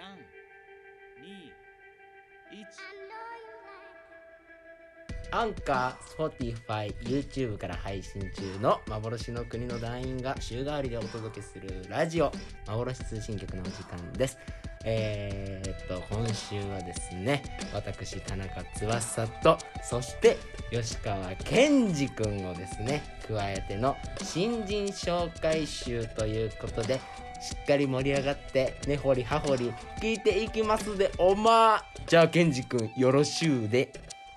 アンカー、Spotify、YouTube から配信中の幻の国の団員が週替わりでお届けするラジオ幻通信局のお時間です。今週はですね、私田中翼とそして吉川健二くんをですね加えての新人紹介集ということで、しっかり盛り上がって根掘り葉掘り聞いていきますでじゃあ健二くんよろしゅうで。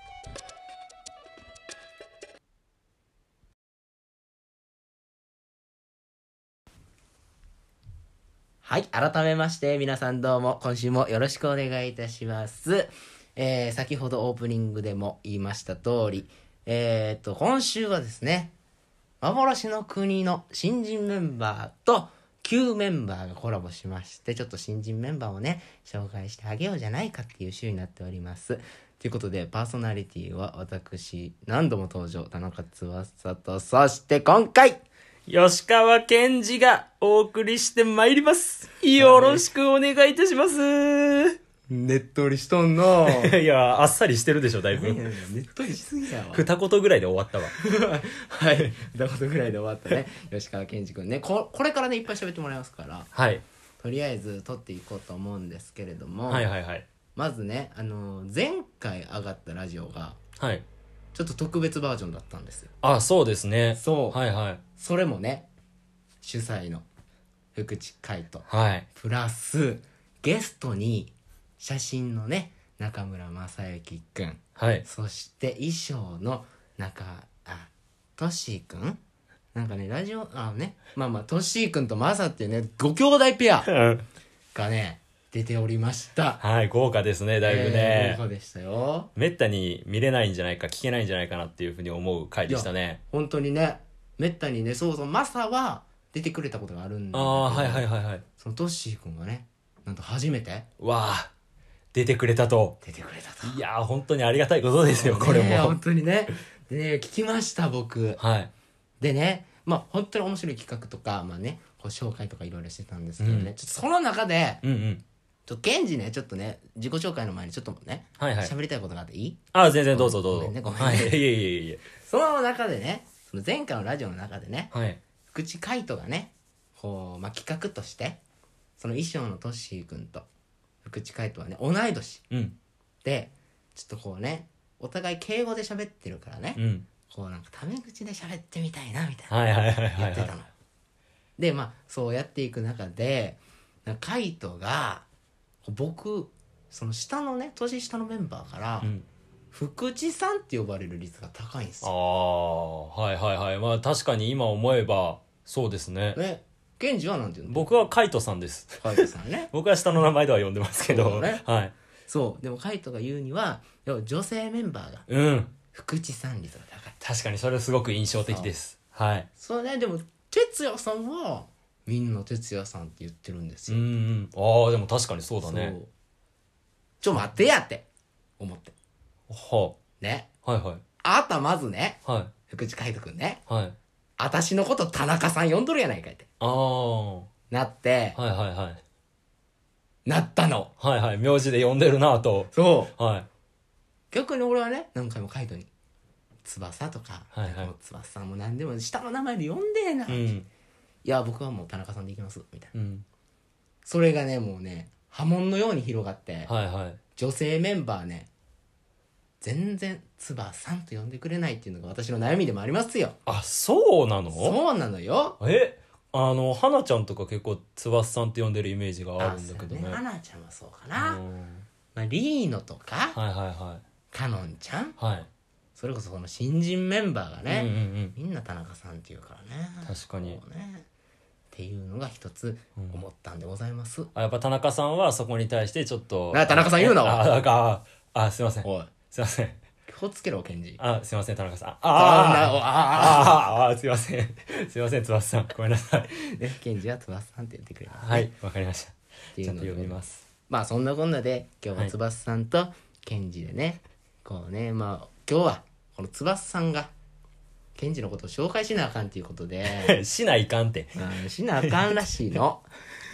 はい、改めまして皆さんどうも今週もよろしくお願いいたします。先ほどオープニングでも言いました通り、今週はですね、幻の国の新人メンバーと旧メンバーがコラボしまして、ちょっと新人メンバーをね紹介してあげようじゃないかっていう週になっております。ということでパーソナリティは私、何度も登場田中翼と、そして今回吉川健二がお送りしてまいります。よろしくお願いいたします。 ねっとりしとんのいや、あっさりしてるでしょ、だいぶ。 ねっとりしすぎやわ。 二言ぐらいで終わったわ。 はい、二言ぐらいで終わったね。吉川健二くんね、これからねいっぱい喋ってもらいますから、 はい。 とりあえず撮っていこうと思うんですけれども、 はいはいはい。 まずね、前回上がったラジオがはい。 ちょっと特別バージョンだったんですよ。 あ、そうですね。 そう、 はいはい。 それもね、主催の福地海斗はい。 プラスゲストに写真のね中村正幸くん、 はい。 そして衣装のトッシーくん、なんかねラジオトッシーくんとマサっていうねご兄弟ペアがね出ておりました。 はい、豪華ですね、だいぶね。 豪華でしたよ。 めったに見れないんじゃないか、聞けないんじゃないかなっていうふうに思う回でしたね。 本当にね、めったにね、そうマサは出てくれたことがあるんだけど、 はいはいはいはい。 そのトッシーくんがね、なんと初めてわあ、出てくれたと。 出てくれたと。 いやー、本当にありがたいことですよ、これも。 本当にね。でね、聞きました僕。 はい。 でね、本当に面白い企画とか、こう紹介とかいろいろしてたんですけどね、ちょっとその中で、ケンジね、ちょっとね、自己紹介の前にちょっとね、 はいはい。 喋りたいことがあっていい？ 全然どうぞどうぞ。 ごめんね。 はい、いえいえいえ。 その中でね、その前回のラジオの中でね、 はい。 福地海斗がね、こう、企画として、その衣装のトッシーくんと、福地海斗はね、同い年。で、ちょっとこうね、お互い敬語で喋ってるからね、こうなんかタメ口で喋ってみたいな、みたいな。やってたの。で、そうやっていく中で、海斗が、僕、その下のね、年下のメンバーから、福地さんって呼ばれる率が高いんですよ。 はいはいはい。確かに今思えば、そうですね。 ケンジはなんていうの？ 僕はカイトさんです。 カイトさんね。 僕は下の名前では呼んでますけど。 ね。 はい。 そう。でもカイトが言うには、女性メンバーが、福地さん率が高い。 確かにそれはすごく印象的です。はい。 そうね、でも、哲也さんは、みんな哲也さんって言ってるんですよ。 でも確かにそうだね。 待ってやって思って。ね。 はいはい。 あなたまずね、 はい。 福地海斗くんね。 はい。 私のこと田中さん呼んどるやないかいって。なって、 はいはいはい。 なったの。 はいはい。名字で呼んでるなぁと。 そう。 はい。 逆に俺はね、何回も海斗に、翼とか、翼さんも何でも下の名前で呼んでえな。いや、僕はもう田中さんで行きます、みたいな。それがね、もうね、波紋のように広がって、女性メンバーね、全然翼さんと呼んでくれないっていうのが私の悩みでもありますよ。 そうなの？ そうなのよ。 花ちゃんとか結構翼さんって呼んでるイメージがあるんだけどね。 花ちゃんはそうかな。リーノとか、カノンちゃん、それこそこの新人メンバーがね、みんな田中さんっていうからね。 確かに。 っていうのが一つ思ったんでございます。 やっぱ田中さんはそこに対してちょっと。 田中さん言うなわ。 すいません。すいません。 気をつけろ、ケンジ。 すいません、田中さん。すいません。すいません、翼さん。ごめんなさい。 ケンジは翼さんって言ってくれます。 はい、わかりました。ちゃんと読みます。 そんなこんなで、今日は翼さんとケンジでね、こうね、今日は、この翼さんが、ケンジのことを紹介しなあかんっていうことで。 しないかんって。 しなあかんらしいの。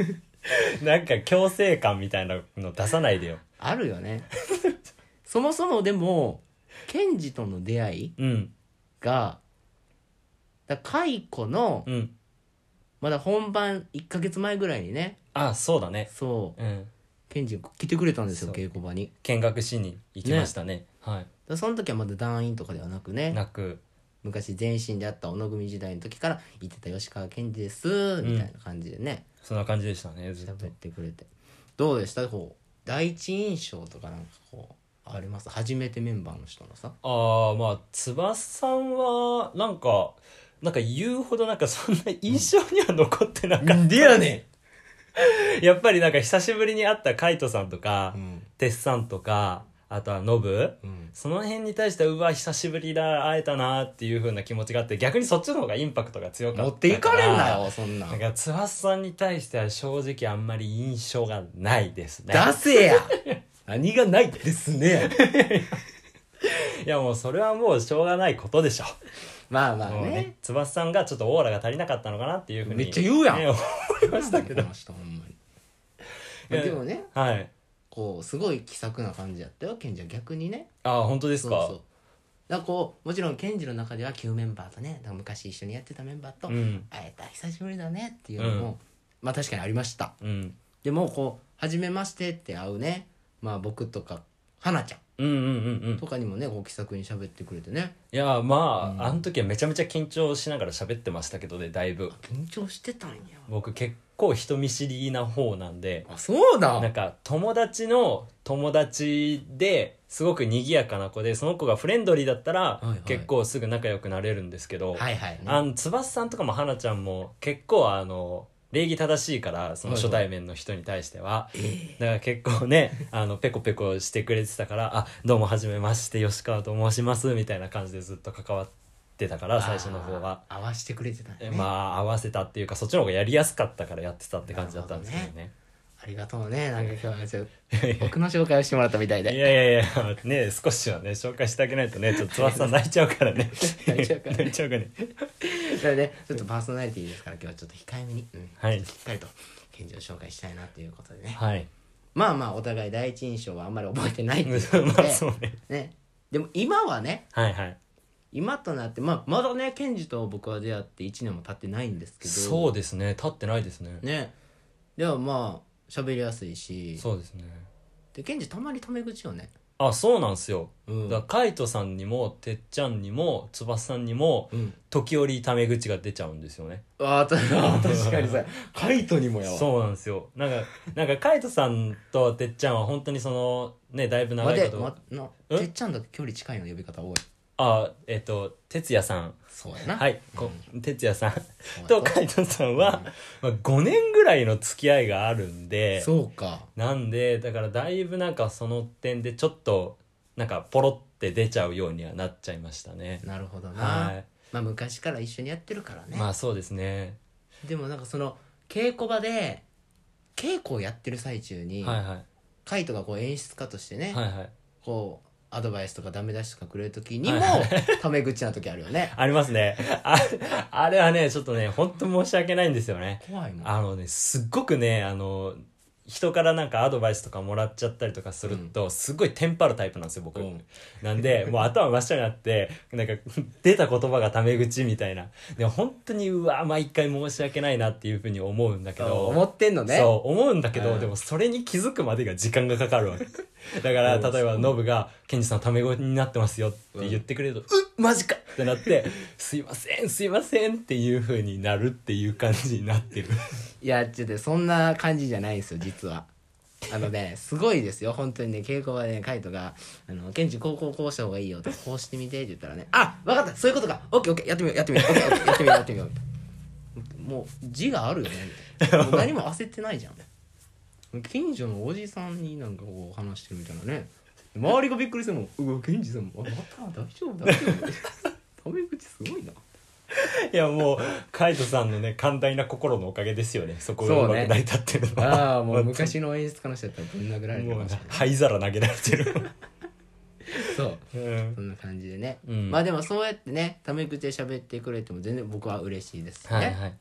なんか強制感みたいなの出さないでよ。 あるよね。そもそもでもケンジとの出会いうんがカイコのうん。 まだ本番1ヶ月前ぐらいにね、 あ、そうだね。 そううん。 ケンジ来てくれたんですよ、 そう稽古場に。 見学しに行きましたね。はい。 その時はまだ団員とかではなくね、 なく。 昔前身であった小野組時代の時から言ってた吉川健二ですみたいな感じでね、 そんな感じでしたね、ずっと喋。ってくれて。どうでした、こう第一印象とかなんかこうあります？初めてメンバーの人のさ。 ああ、まあ翼さんはなんか言うほどなんかそんな印象には残ってなかった。 でやねやっぱりなんか久しぶりに会ったカイトさんとか、 ん、 テッさんとか、あとはノブ、 うんその辺に対してはうわ久しぶりだ会えたなっていう風な気持ちがあって、逆にそっちの方がインパクトが強かったから。 持っていかれんなよそんなん。 なんか翼さんに対しては正直あんまり印象がないですね。 出せや何がないですね。 いやもうそれはもうしょうがないことでしょ。 まあまあもうね、 翼さんがちょっとオーラが足りなかったのかなっていうふうにめっちゃ言うやんね思いましたけど。 この人ほんまに。まあでもね、 はい。 こうすごい気さくな感じやったよケンジは逆にね。 あ、本当ですか。 そうそう。だからこうもちろんケンジの中では旧メンバーとね、だから昔一緒にやってたメンバーとうん会えた久しぶりだねっていうのも、 うんまあ確かにありました。 うんでもこう初めましてって会うね、まあ僕とか花ちゃんうんうんうんうん。 とかにもねこう気さくに喋ってくれてね。 いやまあ、 うんあの時はめちゃめちゃ緊張しながら喋ってましたけどね、だいぶ。 緊張してたんや。 僕結構人見知りな方なんで、 あ、そうだ。 なんか友達の友達ですごく賑やかな子で、その子がフレンドリーだったら、 はいはい結構すぐ仲良くなれるんですけど、 はいはい、ね、 翼さんとかも花ちゃんも結構礼儀正しいから、その初対面の人に対しては、だから結構ねペコペコしてくれてたから、あ、どうもはじめまして吉川と申しますみたいな感じでずっと関わってたから、最初の方は合わせてくれてたんやね。 まあ合わせたっていうか、そっちの方がやりやすかったからやってたって感じだったんですけどね。 ありがとうね。なんか今日はちょっと僕の紹介をしてもらったみたいで。 いやいやいやね、少しはね紹介してあげないとね、ちょっと翼さん泣いちゃうからね。 泣いちゃうからね泣いちゃうからね。 だからね、ちょっとパーソナリティですから今日はちょっと控えめに、 はいちょっとしっかりとケンジを紹介したいなということでね。 はい。 まあまあお互い第一印象はあんまり覚えてないっていうことで、 まあそうね。 ね。でも今はね、 はいはい。 今となって、まだねケンジと僕は出会って1年も経ってないんですけど、 そうですね、立ってないですね。 ね。でもまあ喋りやすいし、 そうですね。 でケンジたまにタメ口をね、 あ、そうなんですよ。 うんだからカイトさんにもてっちゃんにも翼さんにも、 うん、 時折タメ口が出ちゃうんですよね。 確かにさ、カイトにもやわ。 そうなんですよ。なんかカイトさんとてっちゃんは本当にそのね、だいぶ長いこと、 てっちゃんだと距離近いの呼び方多い。 哲也さん、 そうやな。 はい、哲也さんそうやとカイトさんは、まあ、5年ぐらいの付き合いがあるんで、 そうか。 なんでだからだいぶなんかその点でちょっとなんかポロって出ちゃうようにはなっちゃいましたね。 なるほどな。 はい。 まあ昔から一緒にやってるからね。 まあそうですね。 でもなんかその稽古場で稽古をやってる最中に、 はいはいカイトがこう演出家としてね、 はいはい。 こうアドバイスとかダメ出しとかくれる時にもタメ口な時あるよね。 ありますね。あれはねちょっとね本当申し訳ないんですよね。 怖いもん。 すっごくね人からなんかアドバイスとかもらっちゃったりとかすると、すっごいテンパるタイプなんですよ僕、なんでもう頭真っ白になってなんか出た言葉がタメ口みたいな。でも本当に毎回申し訳ないなっていうふうに思うんだけど、 思ってんのね。 そう思うんだけど、 うん、 でもそれに気づくまでが時間がかかるわけだから例えばノブが「ケンジさんタメ語になってますよ」って言ってくれると「マジか!」ってなって「すいませんすいません」っていう風になるっていう感じになってる。 いやちょっとそんな感じじゃないんですよ実は。すごいですよ本当にね。稽古場でねカイトが「ケンジこうした方がいいよ」とか「こうしてみて」って言ったらね「あ分かったそういうことかオッケーオッケーやってみようオッケーオッケーやってみよう」もう字があるよねみたいな。もう何も焦ってないじゃん。近所のおじさんになんかこう話してるみたいなね。周りがびっくりするもん。うわケンジさんもまた大丈夫大丈夫タメ口すごいな。 いやもうカイトさんのね寛大な心のおかげですよね、そこがうまく成り立ってるのは。 ああもう昔の演出家の人だったらぶん殴られてもうましたね。 灰皿投げられてるそう、 うんそんな感じでね、 うんまあでもそうやってねタメ口で喋ってくれても全然僕は嬉しいですしね、 はいはい。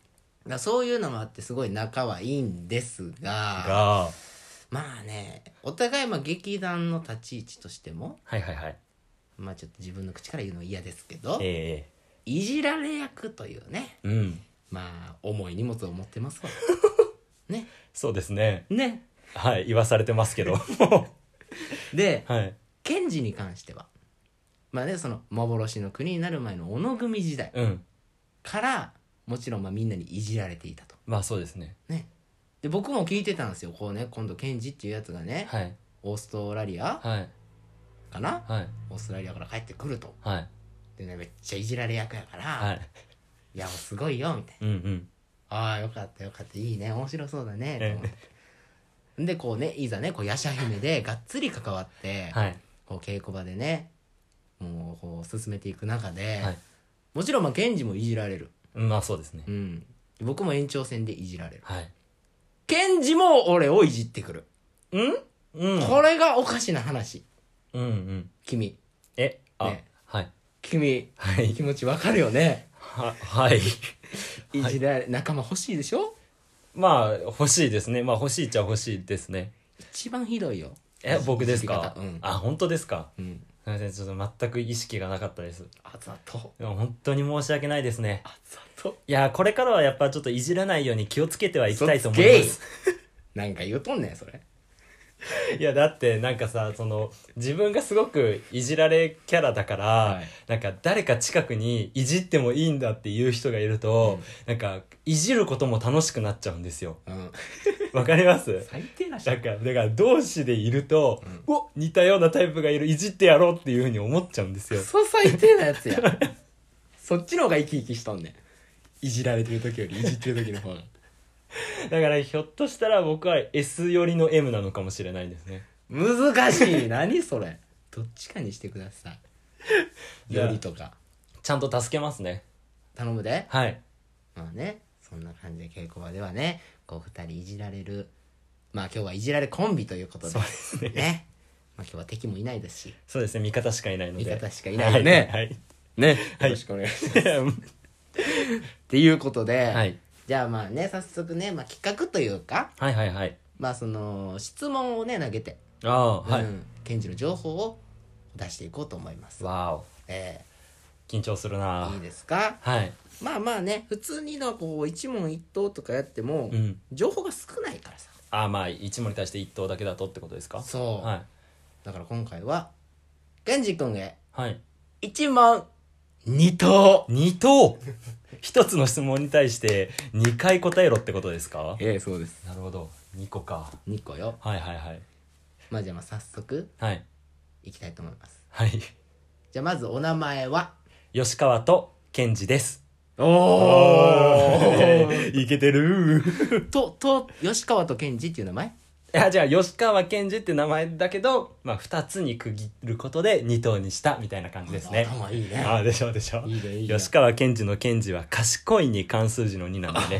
らそういうのもあってすごい仲はいいんですが、 がまあね、お互い劇団の立ち位置としても、 はいはいはい。 まあちょっと自分の口から言うの嫌ですけど、 えいじられ役というね、 えうんまあ重い荷物を持ってますわ。ね。 そうですね。 ね。 はい言わされてますけどで、 はい賢治に関しては、まあね、その幻の国になる前の小野組時代うんからもちろんみんなにいじられていたと。 まあそうですね。 ね。で、僕も聞いてたんですよ。こうね、今度賢治っていうやつがね、 はいオーストラリアはいかな、 はいオーストラリアから帰ってくると。 はいでね、めっちゃいじられ役やから、 はいいやもうすごいよみたいな。 うんうんああよかったよかったいいね面白そうだねと思ってでこうねいざねこうヤシャ姫でがっつり関わって、 はいこう稽古場でねもうこう進めていく中で、 はいもちろん賢治もいじられる、 まあそうですね。 うん、僕も延長戦でいじられる。 はい賢治も俺をいじってくる、 うんこれがおかしな話。 うんうん君あ、 ねはい君、 はい気持ちわかるよね。 はいいじられ、仲間欲しいでしょ。 まあ欲しいですね。まあ欲しいっちゃ欲しいですね。 一番ひどいよ。 僕ですいかじり方。 あ本当ですか。 うんすいませんちょっと全く意識がなかったです。 あざとでも本当に申し訳ないですね。 あざといやこれからはやっぱちょっといじらないように気をつけてはいきたいと思い嘘つます。 けなんか言うとんねんそれ。 いやだってなんかさその自分がすごくいじられキャラだから、 はいなんか誰か近くにいじってもいいんだっていう人がいると、なんかいじることも楽しくなっちゃうんですよ。 うんわかります最低な人。 だから同士でいると、お似たようなタイプがいるいじってやろうっていうふうに思っちゃうんですよク。ソ最低なやつやそっちの方が生き生きしとんねん。いじられてる時よりいじってる時の方がだからひょっとしたら僕は S 寄りの M なのかもしれないですね。 難しい何それ。どっちかにしてください。 じゃあよりとかちゃんと助けますね。 頼むで。 はいまあねそんな感じで稽古場ではねこう二人いじられる、まあ今日はいじられコンビということでそうですねね、まあ今日は敵もいないですしそうですね味方しかいないので味方しかいないよねはいね、 はいよろしくお願いしますっていうことで、 はいじゃあまあね早速ね、まあ、企画というかはいはいはいまあその質問をね投げて、 ああはい、 検事の情報を出していこうと思います。 わおえ緊張するな。 いいですか。 はいまあまあね普通にのこう一問一答とかやっても、 うん情報が少ないからさ。 あまあ一問に対して一答だけだとってことですか。 そう、 はいだから今回は源氏君へはい一問二答。 二答一つの質問に対して2回答えろってことですか。 そうです。 なるほど2個か。 2個よ。 はいはいはいまあじゃあまあ早速はいいきたいと思います。 はいじゃあまずお名前は。 吉川と健二です。 おいけてる吉川と健二っていう名前。 いやじゃあ吉川健二って名前だけど、まあ、2つに区切ることで2答にしたみたいな感じですね。 頭いいね。 ああでしょでしょ。 いいねいいね。 吉川健二の健二は賢いに関数字の2なんでね。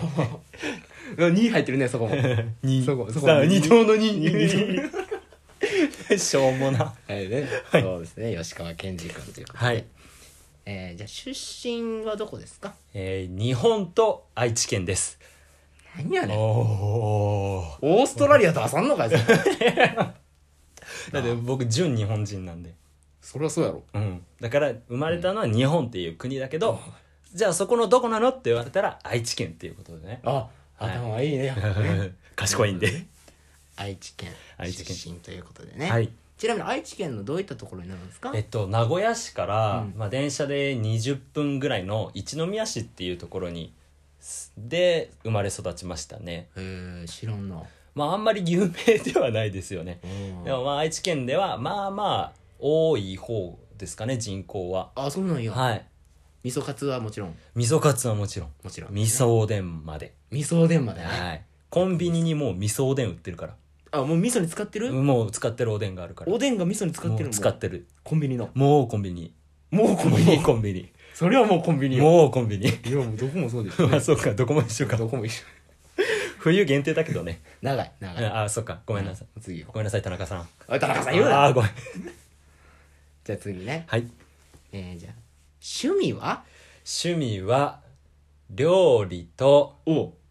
2入ってるねそこも。 2 そこさあ2答の2しょうもな。 はいね。そうですね吉川健二君ということで。 はい。 じゃあ出身はどこですか。 日本と愛知県です。 何やねん。 おーオーストラリア出さんのかい。 だって僕純日本人なんで、 そりゃそうやろ。 うん、だから生まれたのは日本っていう国だけど、じゃあそこのどこなのって言われたら愛知県っていうことでね。 あ、頭いいね。 賢いんで。 愛知県愛知県出身ということでね。 はい。 ちなみに愛知県のどういったところになるんですか。 名古屋市から、 うんまあ、電車で20分ぐらいの一宮市っていうところにで生まれ育ちましたね。 知らんな。 まああんまり有名ではないですよね。 うんでもまあ愛知県ではまあまあ多い方ですかね、人口は。 あ、そうなんや。 はい。 味噌カツはもちろん。 味噌カツはもちろん。 もちろん。 味噌おでんまで。 味噌おでんまでね。 はい。コンビニにもう味噌おでん売ってるから。 あ、もう味噌に使ってる。 もう使ってるおでんがあるから。 おでんが味噌に使ってるの。 もう使ってる。 コンビニの。 もうコンビニ。 もうコンビニ。 もうコンビニ。 それはもうコンビニよ。 もうコンビニ。 いやもうどこもそうですよまあそうか、どこも一緒か。 どこも一緒。 冬限定だけどね。 長い長い。 あ、そうか。ごめんなさい。 次よ。 ごめんなさい、田中さん。 おい田中さん言うな。 あー、ごめん。 じゃあ次ね。 はい。 じゃあ趣味は。 趣味は、料理と、 お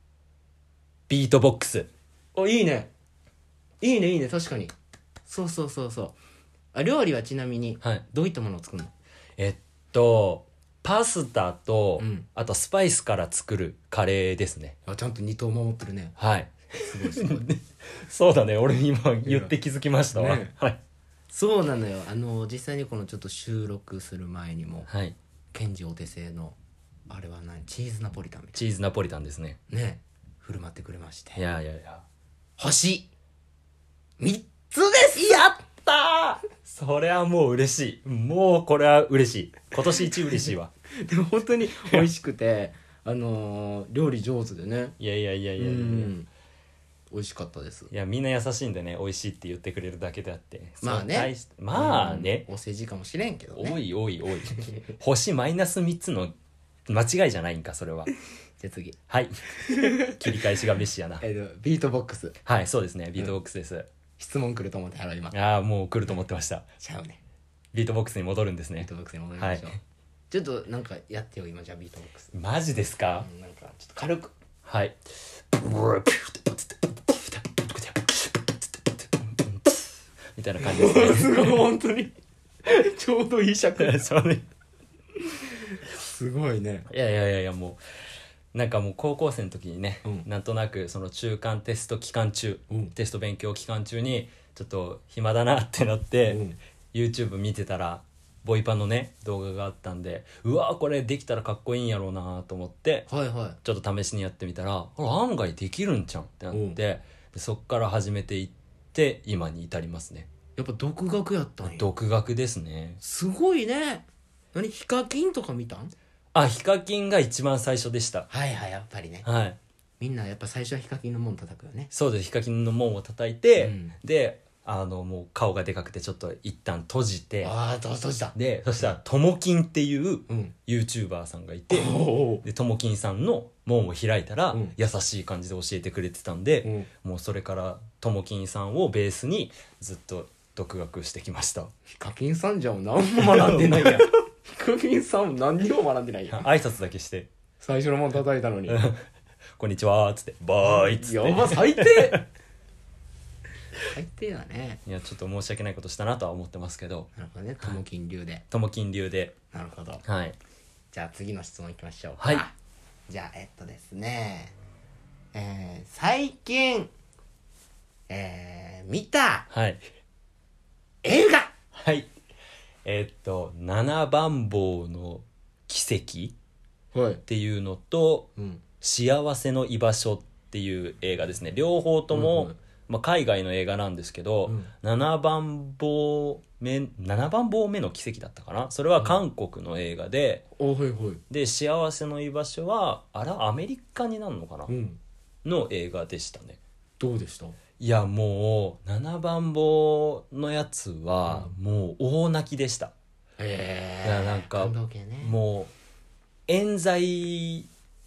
ビートボックス。 お、いいねいいねいいね、確かに。そうそうそうそう。あ、料理はちなみにはい。 どういったものを作るの？ パスタと、 うんあとスパイスから作るカレーですね。 あ、ちゃんと二等守ってるね。 はい。 すごいすごいそうだね。俺今言って気づきましたわ。 ねはい。 そうなのよ。実際にこのちょっと収録する前にもはい。 ケンジお手製のあれは何、チーズナポリタンみたいチーズナポリタンですね。 なね振る舞ってくれまして、 いやいやいや。 星3つです。 やったーそれはもう嬉しい。もうこれは嬉しい。今年一嬉しいわ。 でも本当に美味しくて料理上手でね。 いやいやいやいやいやいや。 美味しかったです。 いやみんな優しいんでね、美味しいって言ってくれるだけであって、 まあねそう大してまあね、 お世辞かもしれんけどね。 おいおいおい星マイナス3つの間違いじゃないんかそれは。 じゃあ次はい切り返しが飯やな。 ビートボックスはいそうですね、ビートボックスです、 質問来ると思って払います。 ああもう来ると思ってました。 ちゃうね。 ビートボックスに戻るんですね。 ビートボックスに戻りましょう、 はいちょっとなんかやってよ今。じゃあビートボックス、 マジですか、 なんかちょっと軽く。 はいみたいな感じですねすごい本当にちょうどいい尺そうね。 すごいね。 いやいやいやいや、もうなんかもう高校生の時にね、 うんなんとなくその中間テスト期間中、 うんテスト勉強期間中にちょっと暇だなってなって、 うん YouTube 見てたらボイパのね動画があったんで、うわこれできたらかっこいいんやろうなと思ってはいはちょっと試しにやってみたら、あら案外できるんちゃうんってなって、 うんでそっから始めていって今に至りますね。 い。やっぱ独学やったんや。 独学ですね。 すごいね。何ヒカキンとか見たん？ あ、ヒカキンが一番最初でした。 はいはい、やっぱりね。 はいみんなやっぱ最初はヒカキンの門叩くよね。 そうです。ヒカキンの門を叩いて、 うんでもう顔がでかくてちょっと一旦閉じて、 ああ、どうした。 でそしたらともきんっていううん。 YouTuber さんがいて、 おでともきんさんの門を開いたら、 うん優しい感じで教えてくれてたんで、 うん。 もうそれからともきんさんをベースにずっと独学してきました。 ヒカキンさんじゃん何も学んでないやん。ヒカキンさんも何にも学んでないやん。 挨拶だけして最初の門叩いたのに。 こんにちはーっつってバーイっつって、 やば、最低最低だね。 いやちょっと申し訳ないことしたなとは思ってますけど、 なるほどね。ともきん流で。 ともきん流で。 なるほど。 はいじゃあ次の質問いきましょうか。 はいじゃあですね、最近見たはい映画。 はい七番坊の奇跡はい。 っていうのとうん。 幸せの居場所っていう映画ですね。両方とも、 はいまあ、海外の映画なんですけど、 うん 7番坊目の奇跡だったかな、それは韓国の映画で、 おはいはい。 で幸せの居場所はアメリカになるのかな、 うん。 の映画でしたね。 どうでした？ いやもう7番坊のやつはもう大泣きでした。いやなんか感動系ね。 もう冤罪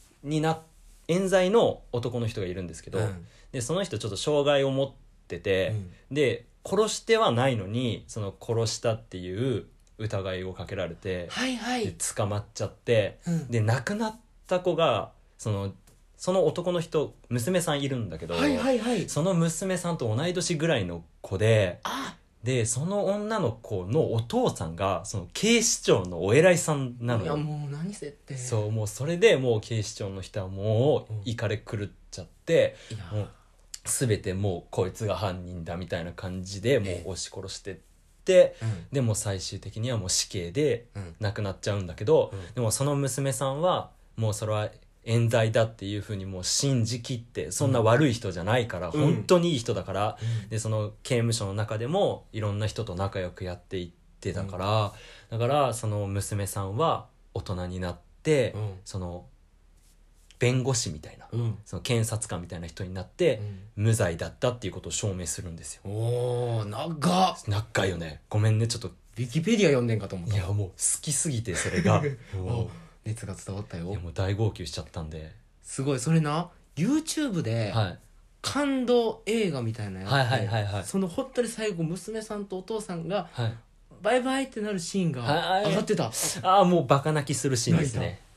の男の人がいるんですけど、 うんでその人ちょっと障害を持ってて、で殺してはないのにその殺したっていう疑いをかけられて、 はいはでい。 捕まっちゃって、 うんで亡くなった子がその男の人娘さんいるんだけど、 はいはいはい。 その娘さんと同い年ぐらいの子で、 あ、 でその女の子のお父さんがその警視庁のお偉いさんなのよ。 いやもう何設定。 そうもうそれでもう警視庁の人はもう怒れ狂っちゃって、 いやもう全てもうこいつが犯人だみたいな感じでもう押し殺してって、でも最終的にはもう死刑でうん亡くなっちゃうんだけど、 うんでもその娘さんはもうそれは冤罪だっていうふうにもう信じきって、そんな悪い人じゃないから、 うん本当にいい人だから、 うんでその刑務所の中でもいろんな人と仲良くやっていってたから、だからその娘さんは大人になって、 うんその弁護士みたいな、 うん。 その検察官みたいな人になって、無罪だったっていうことを証明するんですよ。 おー、長っ。 長いよね。ごめんねちょっと。 ウィキペディア読んでんかと思った。 いやもう好きすぎてそれがもお熱が伝わったよういや。もう大号泣しちゃったんで、 すごい。それな YouTube ではい感動映画みたいなやつで、 はいはいはいはいその本当に最後娘さんとお父さんがはい。 バイバイってなるシーンがはい上がってた。 ああもうバカ泣きするシーンですね。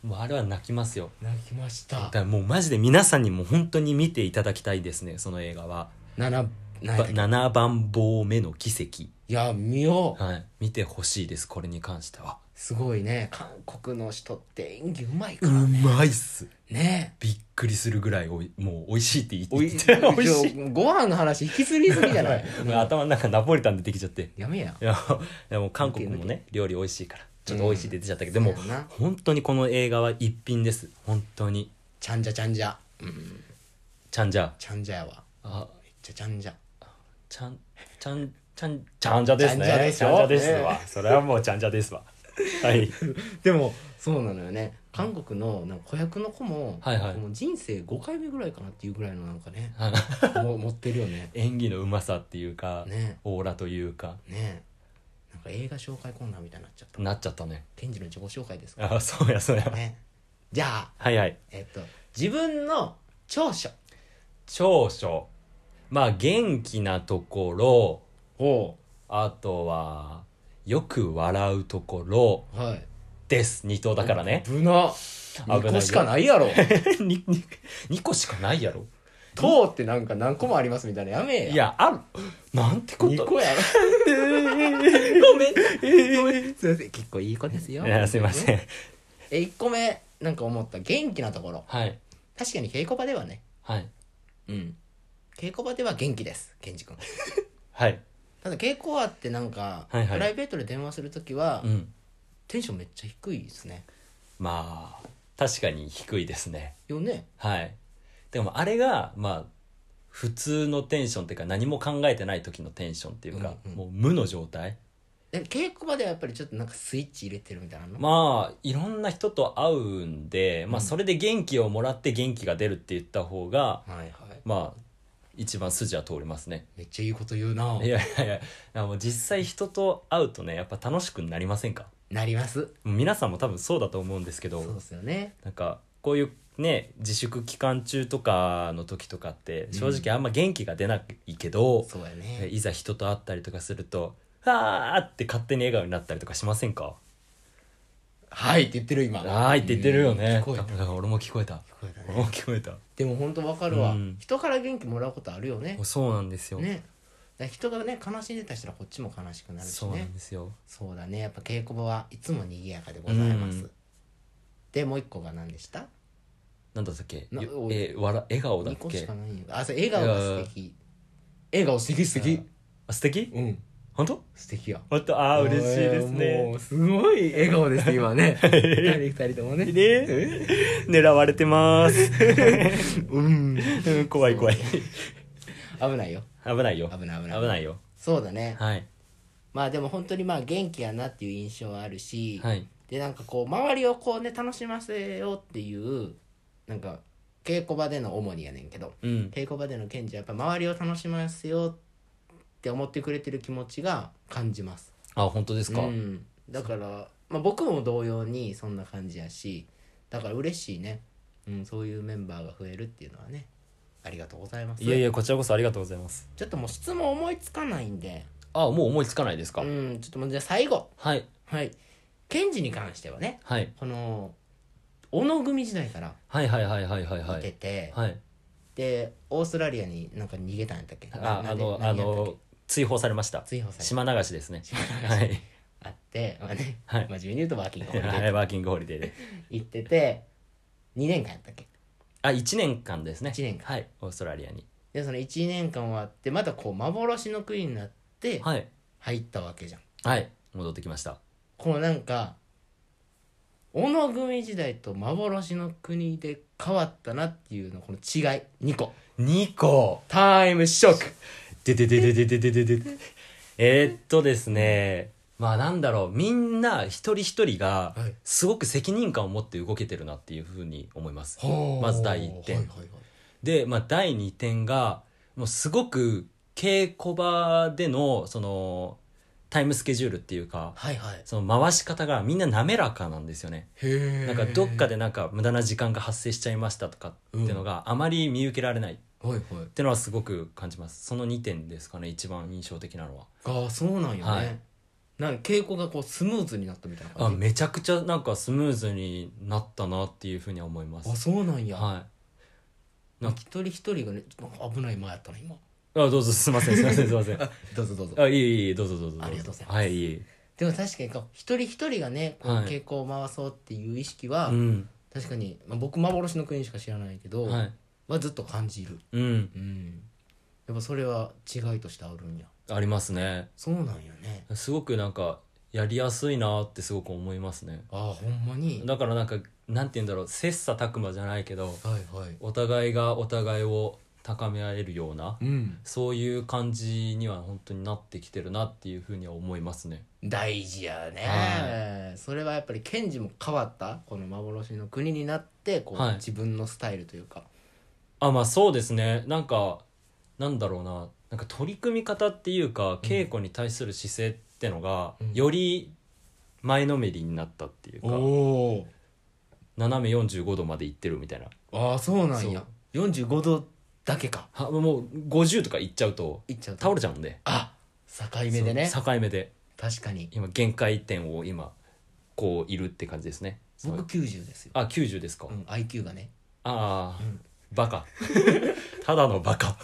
もうあれは泣きますよ。 泣きました。 だからもうマジで皆さんにも本当に見ていただきたいですね、その映画は。 7 7番棒目の奇跡。 いや見よう。 はい、見てほしいです、これに関しては。 すごいね、韓国の人って演技うまいかうらね。 まいっす。 ねびっくりするぐらいもう美味しいって言おいって美味しい。 ご飯の話引きずりすぎじゃない頭の中ナポリタン出てきちゃって。 やめや。 いやでも韓国もね料理美味しいからちょっと美味しいって出ちゃったけど、でもそうやな本当にこの映画は一品です。本当に。 ちゃんじゃちゃんじゃちゃんじゃやわ。 あめっちゃちゃんじゃ。 ちゃんじゃですね。 ちゃんじゃでしょちゃんじゃですわ、 ねそれはもうちゃんじゃですわ。はいでもそうなのよね。韓国のなんか子役の子も、 はいはいもう人生5回目ぐらいかなっていうぐらいのなんかねはいもう持ってるよね。 演技のうまさっていうか、 ねオーラというかねなんか映画紹介コーナーみたいになっちゃった。 なっちゃったね。 ケンジの自己紹介ですかあ、そうやそうや、 ね。じゃあはいはい。 自分の長所。 長所、まあ元気なところ、 おあとはよく笑うところはいです2頭だからね。 危な2個しかないやろ 2個しかないやろ。 糖ってなんか何個もありますみたいなやめえや。 いやあるなんてこと 2個やろごめんごめんすいません結構いい子ですよ。 いやすいません。 1個目なんか思った元気なところ。 はい確かに稽古場ではね、 はい稽古場では元気ですケンジ君。 はいただ稽古終わってなんか、 はいはいプライベートで電話するときは、テンションめっちゃ低いですね。 まあ確かに低いですね。 よね。 はいでもあれがまあ普通のテンションっていうか何も考えてない時のテンションっていうか、もう無の状態。 で稽古場ではやっぱりちょっとなんかスイッチ入れてるみたいなの。 まあいろんな人と会うんで、まあそれで元気をもらって元気が出るって言った方が、 はいはい。 まあ一番筋は通りますね。 めっちゃいいこと言うな。 いやいやいや、もう実際人と会うとねやっぱ楽しくなりませんか。 なります。 皆さんも多分そうだと思うんですけど、 そうですよね。 なんかこういうね自粛期間中とかの時とかって正直あんま元気が出ないけど、 そうやね。 いざ人と会ったりとかするとはーって勝手に笑顔になったりとかしませんか。 はいって言ってる今。 はーいって言ってるよね。 聞こえた。 だから俺も聞こえた。 聞こえた俺もね。 聞こえた。 でも本当わかるわ、 うん人から元気もらうことあるよね。 そうなんですよ。 ね。だから人がね悲しんでた人はこっちも悲しくなるしそうなねん。ですよ。 そうだね。やっぱ稽古場はいつも賑やかでございます。 うんでもう一個が何でした？ なんだったっけ。 な笑顔だっ 2個しけか。ないんや。あ、そう笑顔が素敵。笑顔素敵素敵。 あ素敵。 うん。 本当。 素敵や。 本当。あー嬉しいですもねう。すごい笑顔です今ね。二人ともね。 狙われてます。 うん。 怖い怖い。 危ないよ。 危ないよ。 危ない危ない危ないよ。 そうだね。 はいまあでも本当にまあ元気やなっていう印象はあるし、 はいでなんかこう周りをこうね楽しませようっていうなんか稽古場での主にやねんけど、 うん稽古場でのケンジはやっぱ周りを楽しませようって思ってくれてる気持ちが感じます。 あ本当ですか。 うん、だから、まあ、僕も同様にそんな感じやし、だから嬉しいね、そういうメンバーが増えるっていうのはね、ありがとうございます。 いやいやこちらこそありがとうございます。 ちょっともう質問思いつかないんで、 あもう思いつかないですか。 ちょっともうじゃあ最後、 はいはい、ケンジに関してはね、 はいこの小野組時代からはいはいはいはいはいはいてて、 はい。 でオーストラリアになんか逃げたんやったっけ？なんであの追放されました。 追放された島流しですね。 島流しはいあって、まあね、 はい真面目に言うとワーキングホリデーはいワーキングホリデーで。 行ってて2年間やったっけ？ あ1年間ですね。 一年間はいオーストラリアに。 でその1年間終わってまたこう幻の国になってはい入ったわけじゃん。 はい戻ってきました。 このなんか小野組時代と幻の国で変わったなっていうのこの違い2個 2個タイムショック。 でででででででででですねまあなんだろうみんな一人一人がはいすごく責任感を持って動けてるなっていうふうに思います。まず第一点はいはいはいで、まあ、第2点がもうすごく稽古場でのそのタイムスケジュールっていうかはいはい。 その回し方がみんな滑らかなんですよね。 へえ。 なんかどっかでなんか無駄な時間が発生しちゃいましたとかっていうのがあまり見受けられないっはいはい。 ていうのはすごく感じます。その2点ですかね一番印象的なのは。 ああそうなんよね。 はい稽古がこうスムーズになったみたいな感じ。 めちゃくちゃなんかスムーズになったなっていうふうには思います。 そうなんや。 はい一人一人がねなんか危ない間やったな今。 どうぞすいませんすいませんすいませんどうぞどうぞ。 いいどうぞどうぞ。 ありがとうございます。 はいいい。 でも確かにこう一人一人がねこうはい稽古を回そうっていう意識は、 うん確かに、僕幻の国しか知らないけど、 はいはずっと感じる。やっぱそれは違いとしてあるんや。 ありますね。 そうなんやね。 すごくなんかやりやすいなってすごく思いますね。 ほんまに。 だからなんかなんて言うんだろう、切磋琢磨じゃないけど、 はいはい。 お互いがお互いを高め合えるような、 うんそういう感じには本当になってきてるなっていうふうには思いますね。 大事やね、それはやっぱりケンジも変わったこの幻の国になってこう、 はい自分のスタイルというか。 まあそうですね。なんかなんだろうな、なんか取り組み方っていうか、稽古に対する姿勢ってのが、より前のめりになったっていうか、 お斜め45度までいってるみたいな。 そうなんや。45度だけか。 もう50とかいっちゃうといっちゃうと倒れちゃうんで、 境目でね。 そう境目で確かに。 今限界点を今こういるって感じですね。 僕90ですよ。 90ですか。 IQ がね。 バカただのバカ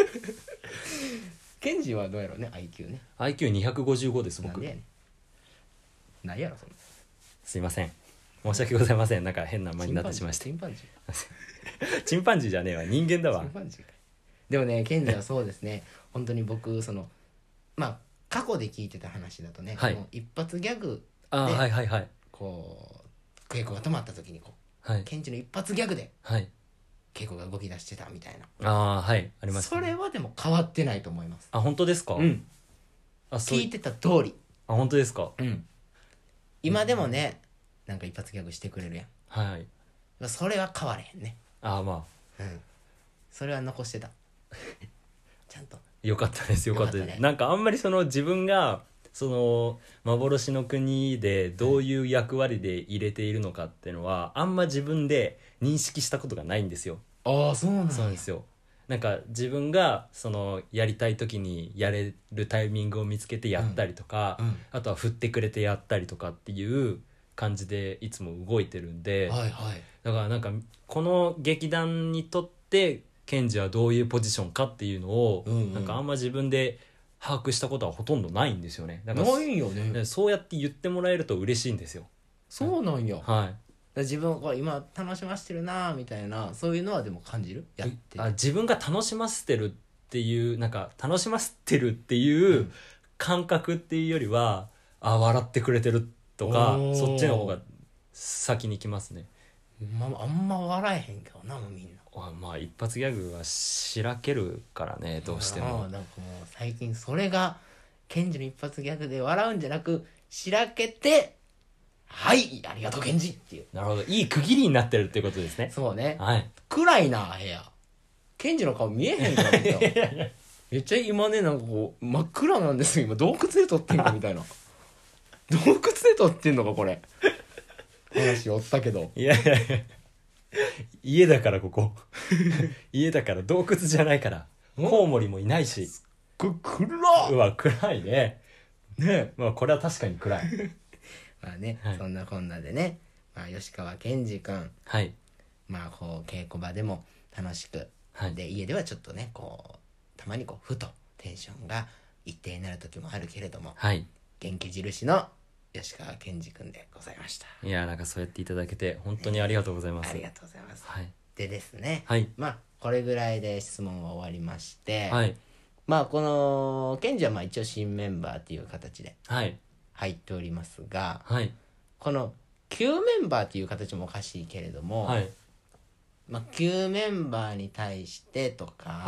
ケンジはどうやろうね IQ ね。 IQ255 です僕。 なんでやねん。ないやろそんな。 すいません、申し訳ございません。なんか変な間になってしまいました。 チンパンジチンパンジーじゃねえわ、人間だわーチン。パンジーかい。でもねケンジはそうですね本当に僕過去で聞いてた話だとね、 はいこの一発ギャグはいはいはいこう稽古が止まった時にはいケンジの一発ギャグではい稽古が動き出してたみたいはいありな。 ます、 それはでも変わってないと思います。 本当ですか。そう聞いてた通り。 本当ですか。 今でもねなんか一発ギャグしてくれるやん。 はいそれは変われへんね。 まあそれは残してたちゃんと。 よかったですよかったです。 よかったねなんかあんまりその自分がその幻の国でどういう役割で入れているのかっていうのはあんま自分で認識したことがないんですよ。 そうなんや。 そうなんですよ。なんか自分がそのやりたい時にやれるタイミングを見つけてやったりとか、あとは振ってくれてやったりとかっていう感じでいつも動いてるんで、だからなんかこの劇団にとってケンジはどういうポジションかっていうのを、なんかあんま自分で把握したことはほとんどないんですよね。だからないよね。 そうやって言ってもらえると嬉しいんですよ。 そうなんや。 はい。 自分これ今楽しませてるなみたいなそういうのはでも感じるやって自分が楽しませてるっていうなんか楽しませてるっていう感覚っていうよりは笑ってくれてるとかそっちの方が先に来ますね。 あんま笑えへんけどなもうみんな。 一発ギャグはしらけるからねどうしても。 なんかもう最近それがケンジの一発ギャグで笑うんじゃなくしらけてはいありがとうケンジっていう。 なるほど、いい区切りになってるっていうことですね。 そうね。 はい暗いな部屋。ケンジの顔見えへんからめっちゃ今ねなんかこう真っ暗なんですよ今洞窟で撮ってんかみたいな洞窟で撮ってんのかこれ話おったけど。 いや家だからここ家だから洞窟じゃないからコウモリもいないし暗っ暗いね。これは確かに暗いそんなこんなでね、吉川健二君はいこう稽古場でも楽しく、で家ではちょっとねこうたまにこうふとテンションが一定になる時もあるけれども、元気印の吉川健二君でございました。 いやなんかそうやっていただけて本当にありがとうございます。 ありがとうございます。でですね、これぐらいで質問は終わりまして、この健二は一応新メンバーっていう形で入っておりますが、この旧メンバーっていう形もおかしいけれども、旧メンバーに対してとか、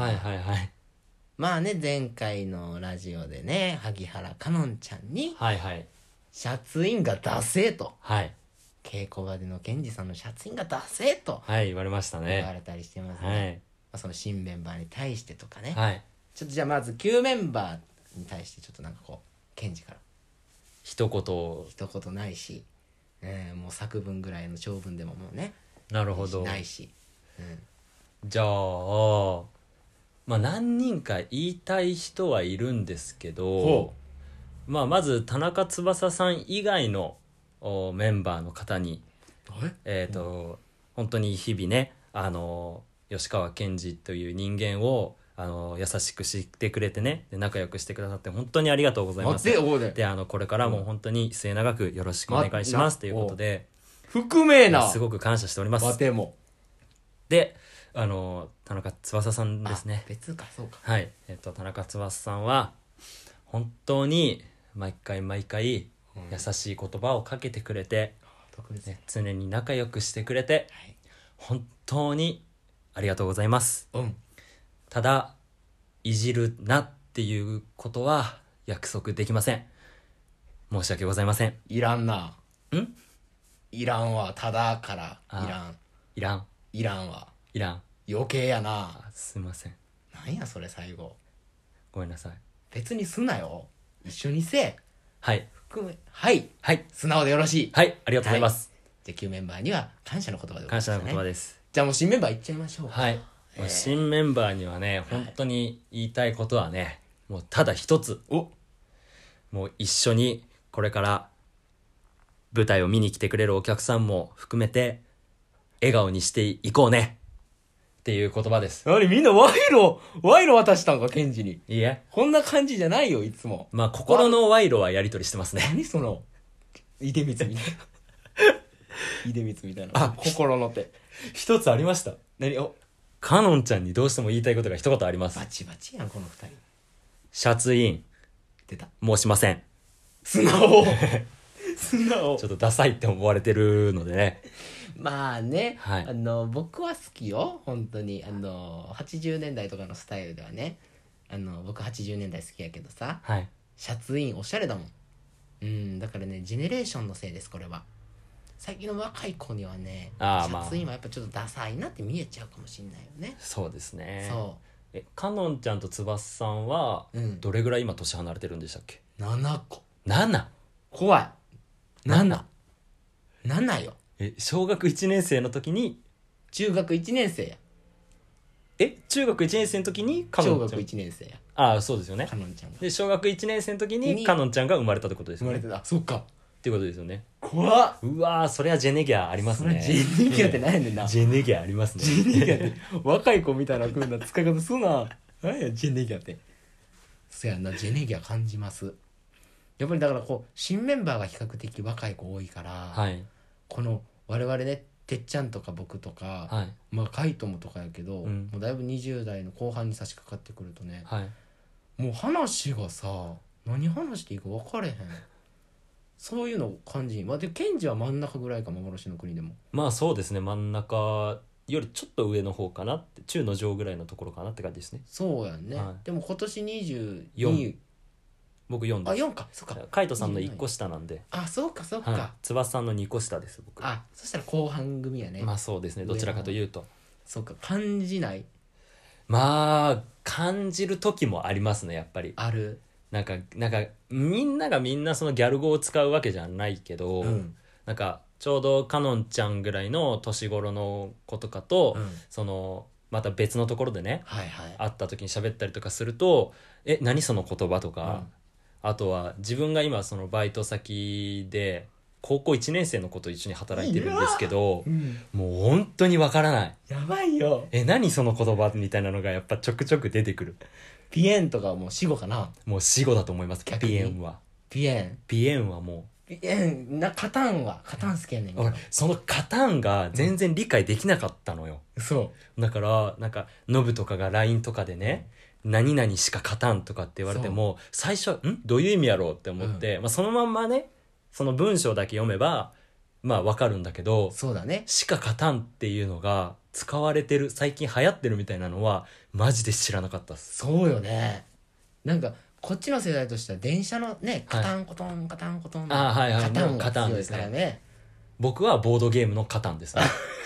前回のラジオでね萩原かのんちゃんにシャツインが出せと、稽古場でのケンジさんのシャツインが出せと言われましたね。 言われたりしてますね。その新メンバーに対してとかね、ちょっとじゃあまず旧メンバーに対してちょっとなんかこうケンジから一言ないし、もう作文ぐらいの長文でももうねなるほどないし、 じゃあ何人か言いたい人はいるんですけど、 まず田中翼さん以外のメンバーの方に本当に日々ね吉川賢治という人間を優しくしてくれてねで仲良くしてくださって本当にありがとうございます。でこれからも本当に末永くよろしくお願いしますということで含めなすごく感謝しております。 わてもで田中翼さんですね。 別かそうか。 はい、田中翼さんは本当に毎回優しい言葉をかけてくれて、ね、常に仲良くしてくれて、はい、本当にありがとうございます、ただいじるなっていうことは約束できません。申し訳ございません。 いらんな。いらんわ。ただからいらんわ。余計やな。 すいません。 なんやそれ最後。 ごめんなさい。 別にすなよ。一緒にせえ。 はい。 はい。素直でよろしい。 はい。ありがとうございます。 じゃあ旧メンバーには感謝の言葉でございます、 感謝の言葉です。 じゃあもう新メンバーいっちゃいましょう。 はい。新メンバーにはね、本当に言いたいことはね、もうただ一つ。もう一緒にこれから舞台を見に来てくれるお客さんも含めて笑顔にしていこうねっていう言葉です。 何みんな賄賂渡したんかケンジに。 いいえ、 こんな感じじゃないよいつも。 まあ心の賄賂はやり取りしてますね。 何その出光みたいな出光みたいな心の手一つありました。 何かのんちゃんにどうしても言いたいことが一言あります。 バチバチやんこの二人。 シャツイン出た。 申しません。 素直ちょっとダサいって思われてるのでね。 まあね、 はい、 僕は好きよ本当に。80年代とかのスタイルではね、僕80年代好きやけどさ、 はい、 シャツインおしゃれだもん。だからねジェネレーションのせいです。これは最近の若い子にはねシャツインはやっぱちょっとダサいなって見えちゃうかもしれないよね。 そうですね。 そうかのんちゃんと翼さんはどれぐらい今年離れてるんでしたっけ ？7個。 7？ 怖い。7よ。 小学1年生の時に中学1年生や。 中学1年生の時にかのんちゃん。 小学1年生や。 ああそうですよね。 かのんちゃんがで小学1年生の時にかのんちゃんが生まれたってことですよね。 生まれてた。そっかっていうことですよね。 怖っ。 うわーそれはジェネギャありますね。 ジェネギャって何やねんな。 ジェネギャありますね。 ジェネギャって若い子みたいな風な使い方すな。何やジェネギャって。そやな、ジェネギャ感じます。やっぱりだからこう新メンバーが比較的若い子多いから、 はい、 この我々ねてっちゃんとか僕とか、 はい、 まあカイトもとかやけど、もうだいぶ20代の後半に差し掛かってくるとね、もう話がさ何話していいか分かれへん。そういうの感じ。まあでケンジは真ん中ぐらいか、幻の国でも。 まあそうですね、真ん中よりちょっと上の方かなって、中の上ぐらいのところかなって感じですね。 そうやんね、でも今年 22。僕4です。 あ、4か。そっか。 カイトさんの1個下なんで。 あ、そうかそうか、 翼さんの2個下です僕。 あ、そしたら後半組やね。 まあそうですね、どちらかというと。 そうか。感じない？ まあ感じる時もありますね、やっぱり。 ある。 なんかみんなそのギャル語を使うわけじゃないけど、なんかちょうどかのんちゃんぐらいの年頃の子とかと、そのまた別のところでね、会った時に喋ったりとかすると何その言葉とか、あとは自分が今そのバイト先で高校1年生の子と一緒に働いてるんですけど、もう本当にわからない。 やばいよ。 何その言葉みたいなのがやっぱちょくちょく出てくる。 ピエンとかもう死語かな。 もう死語だと思います。ピエンはもうカタン好きやねん。 俺そのカタンが全然理解できなかったのよ、 そうだからなんかノブとかが LINE とかでね、何々しか勝たんとかって言われても最初どういう意味やろうって思って、そのまんまねその文章だけ読めばまあわかるんだけど、 そうだね、 しか勝たんっていうのが使われてる、最近流行ってるみたいなのはマジで知らなかったっす。 そうよね。なんかこっちの世代としては電車のね、カタンコトンカタンコトン、 カタンが強いからね。 僕はボードゲームのカタンですね。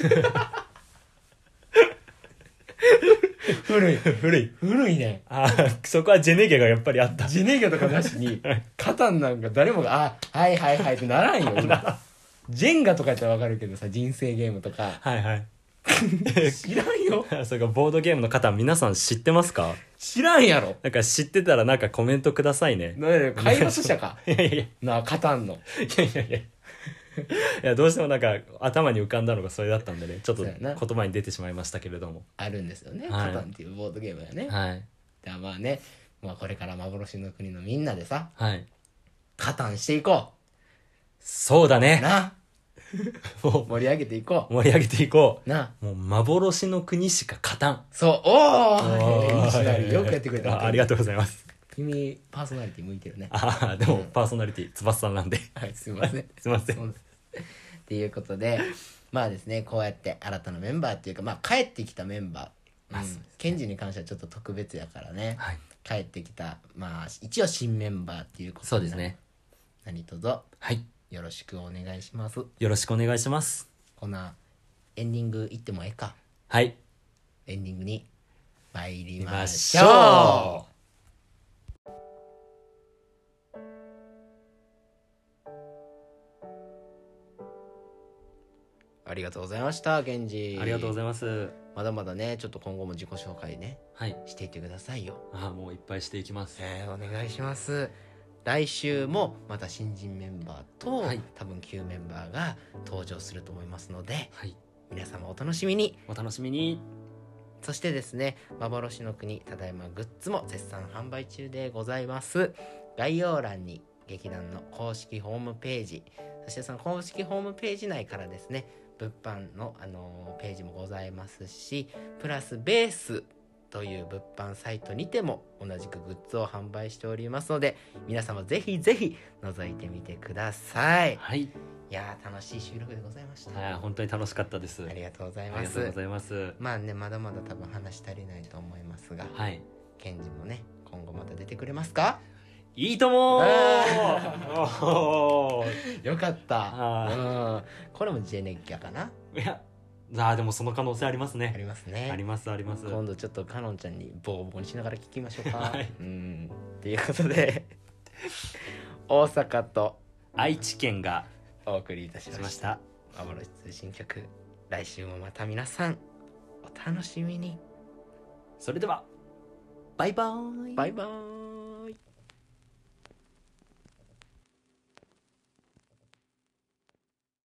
古いね。 そこはジェネギャがやっぱりあった。 ジェネギャとかなしにカタンなんか誰もがはいってならんよ今。ジェンガとかやったら分かるけどさ、人生ゲームとか知らんよ。 それからボードゲームの方皆さん知ってますか？ 知らんやろ。 なんか知ってたらなんかコメントくださいね。 開発者か。 いやいやいやなあ、カタンの。 いやどうしてもなんか頭に浮かんだのがそれだったんでね、ちょっと言そうやな葉に出てしまいましたけれども。 あるんですよね。 はいカタンっていうボードゲームがね。 はいじゃあまあね、まあこれから幻の国のみんなでさ、 はい。 カタンしていこう。 そうだね。 な。 も盛り上げていこう盛り上げていこう。な。 う。もう幻の国しか勝たん。 そう、おーいいシナリオよくやってくれた。 ありがとうございます。 君、パーソナリティ向いてるね。 ああ、でもパーソナリティ翼さんなんで。 はい、すいません。 すいません。 そうですっていうことで、まあですね、こうやって新たなメンバーっていうか、まあ帰ってきたメンバー、ケンジに関してはちょっと特別やからね、 はい。 帰ってきた、まあ一応新メンバーっていうことそうですね。 何卒よはい。 ろしくお願いします。 よろしくお願いします。 こんなエンディングいってもええか。 はい。 エンディングに参り行きましましょょう。ありがとうございましたケンジ。 ありがとうございます。 まだまだね、ちょっと今後も自己紹介ねはい。 していってくださいよ。 ああ、もういっぱいしていきます。 お願いします。来週もまた新人メンバーと、 はい多分旧メンバーが登場すると思いますので、 はい。 皆様お楽しみに。 お楽しみに。 そしてですね、幻の国ただいまグッズも絶賛販売中でございます。概要欄に劇団の公式ホームページ、そしてその公式ホームページ内からですね、物販の、ページもございますし、プラスベースという物販サイトにても同じくグッズを販売しておりますので、皆様ぜひぜひ覗いてみてください。 はい。 いやー、楽しい収録でございました。 はい、本当に楽しかったです。 ありがとうございあます。 りがとうございます。 まあね、まだまだ多分話し足りないと思いますが、 はい。 ケンジもね、今後また出てくれますか？ いいともー。 よかった。 あこれもジェネッキャかな。 いや、でもその可能性ありますあね。 りますね。 ありますあります。 今度ちょっとカノンちゃんにボコボコにしながら聞きましょうか。 はいっていうことで大阪と愛知県がお送りいたしまし。 しましたた。 幻通信局、来週もまた皆さんお楽しみに。 それではバイバーイ。 バイバーイ。